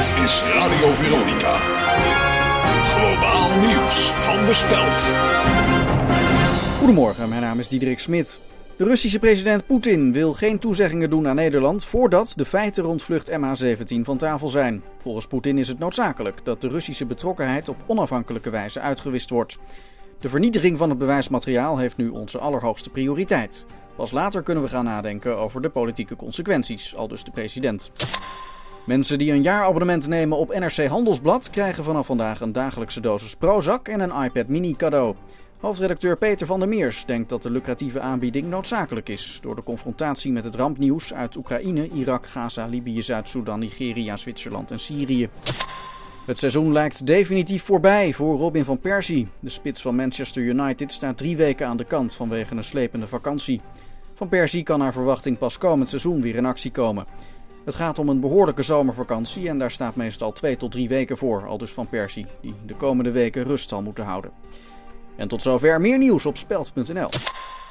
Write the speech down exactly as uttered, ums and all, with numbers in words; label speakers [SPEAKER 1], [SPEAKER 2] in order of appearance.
[SPEAKER 1] Dit is Radio Veronica. Globaal nieuws van de Speld.
[SPEAKER 2] Goedemorgen, mijn naam is Diederik Smit. De Russische president Poetin wil geen toezeggingen doen aan Nederland voordat de feiten rond vlucht M H zeventien van tafel zijn. Volgens Poetin is het noodzakelijk dat de Russische betrokkenheid op onafhankelijke wijze uitgewist wordt. De vernietiging van het bewijsmateriaal heeft nu onze allerhoogste prioriteit. Pas later kunnen we gaan nadenken over de politieke consequenties, aldus de president. Mensen die een jaarabonnement nemen op N R C Handelsblad krijgen vanaf vandaag een dagelijkse dosis Prozac en een iPad mini cadeau. Hoofdredacteur Peter van der Meers denkt dat de lucratieve aanbieding noodzakelijk is door de confrontatie met het rampnieuws uit Oekraïne, Irak, Gaza, Libië, Zuid-Soedan, Nigeria, Zwitserland en Syrië. Het seizoen lijkt definitief voorbij voor Robin van Persie. De spits van Manchester United staat drie weken aan de kant vanwege een slepende vakantie. Van Persie kan naar verwachting pas komend seizoen weer in actie komen. Het gaat om een behoorlijke zomervakantie en daar staat meestal twee tot drie weken voor, aldus Van Persie, die de komende weken rust zal moeten houden. En tot zover meer nieuws op speld punt n l.